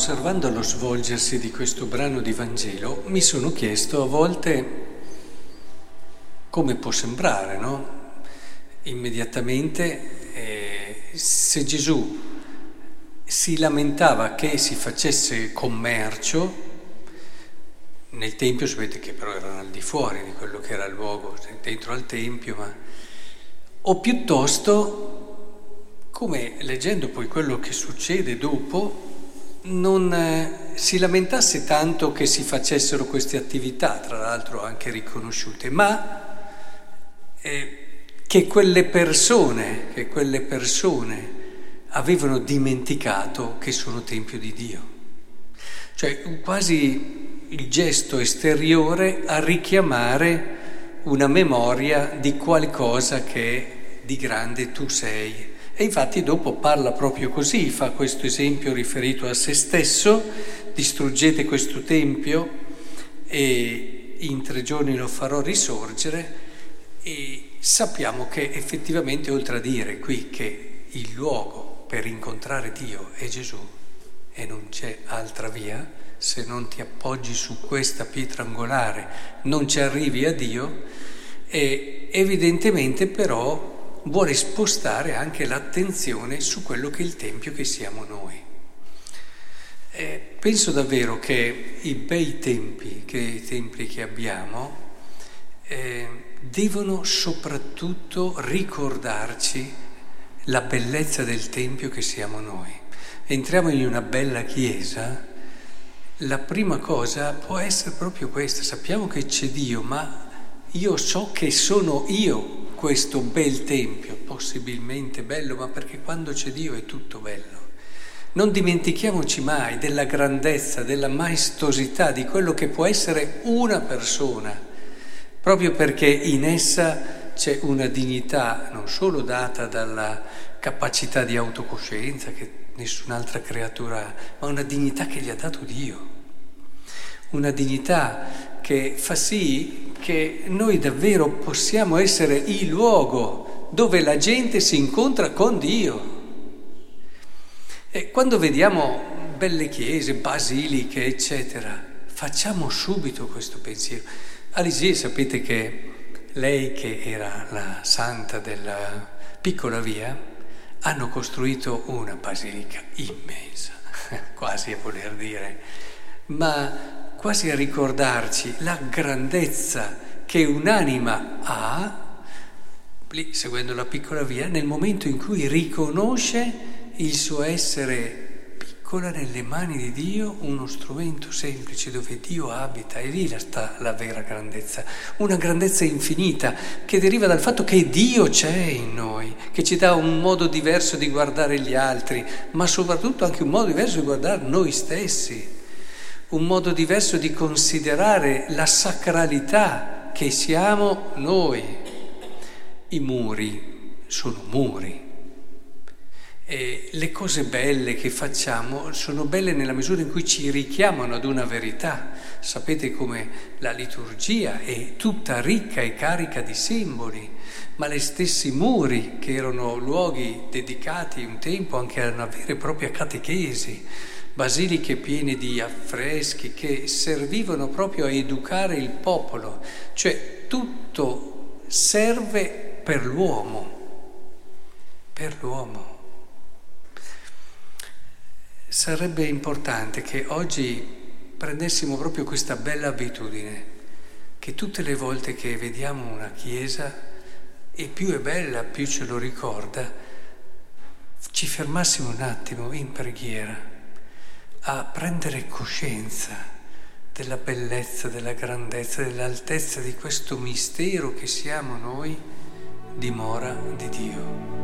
osservando lo svolgersi di questo brano di Vangelo, mi sono chiesto a volte come può sembrare, no? Immediatamente, se Gesù si lamentava che si facesse commercio nel Tempio, sapete che però erano al di fuori di quello che era il luogo, dentro al Tempio, o piuttosto, come leggendo poi quello che succede dopo, non si lamentasse tanto che si facessero queste attività, tra l'altro anche riconosciute, ma che quelle persone avevano dimenticato che sono Tempio di Dio. Cioè quasi il gesto esteriore a richiamare una memoria di qualcosa che di grande tu sei. E infatti dopo parla proprio così, fa questo esempio riferito a se stesso: distruggete questo tempio e in 3 giorni lo farò risorgere. E sappiamo che effettivamente, oltre a dire qui che il luogo per incontrare Dio è Gesù e non c'è altra via, se non ti appoggi su questa pietra angolare non ci arrivi a Dio, e evidentemente però vuole spostare anche l'attenzione su quello che è il Tempio che siamo noi. Penso davvero che i bei templi che abbiamo devono soprattutto ricordarci la bellezza del Tempio che siamo noi. Entriamo in una bella chiesa, la prima cosa può essere proprio questa: sappiamo che c'è Dio, ma io so che sono io questo bel Tempio, possibilmente bello, ma perché quando c'è Dio è tutto bello. Non dimentichiamoci mai della grandezza, della maestosità di quello che può essere una persona, proprio perché in essa c'è una dignità non solo data dalla capacità di autocoscienza che nessun'altra creatura ha, ma una dignità che gli ha dato Dio, una dignità che fa sì che noi davvero possiamo essere il luogo dove la gente si incontra con Dio. E quando vediamo belle chiese, basiliche, eccetera, facciamo subito questo pensiero. A Lisieux sapete che lei, che era la santa della piccola via, hanno costruito una basilica immensa, quasi a voler dire, ma quasi a ricordarci la grandezza che un'anima ha, lì seguendo la piccola via, nel momento in cui riconosce il suo essere piccola nelle mani di Dio, uno strumento semplice dove Dio abita, e lì sta la vera grandezza, una grandezza infinita che deriva dal fatto che Dio c'è in noi, che ci dà un modo diverso di guardare gli altri, ma soprattutto anche un modo diverso di guardare noi stessi, un modo diverso di considerare la sacralità che siamo noi. I muri sono muri. E le cose belle che facciamo sono belle nella misura in cui ci richiamano ad una verità. Sapete come la liturgia è tutta ricca e carica di simboli, ma le stessi muri, che erano luoghi dedicati un tempo anche a una vera e propria catechesi, basiliche piene di affreschi che servivano proprio a educare il popolo, cioè tutto serve per l'uomo. Sarebbe importante che oggi prendessimo proprio questa bella abitudine, che tutte le volte che vediamo una chiesa, e più è bella, più ce lo ricorda, ci fermassimo un attimo in preghiera a prendere coscienza della bellezza, della grandezza, dell'altezza di questo mistero che siamo noi, dimora di Dio.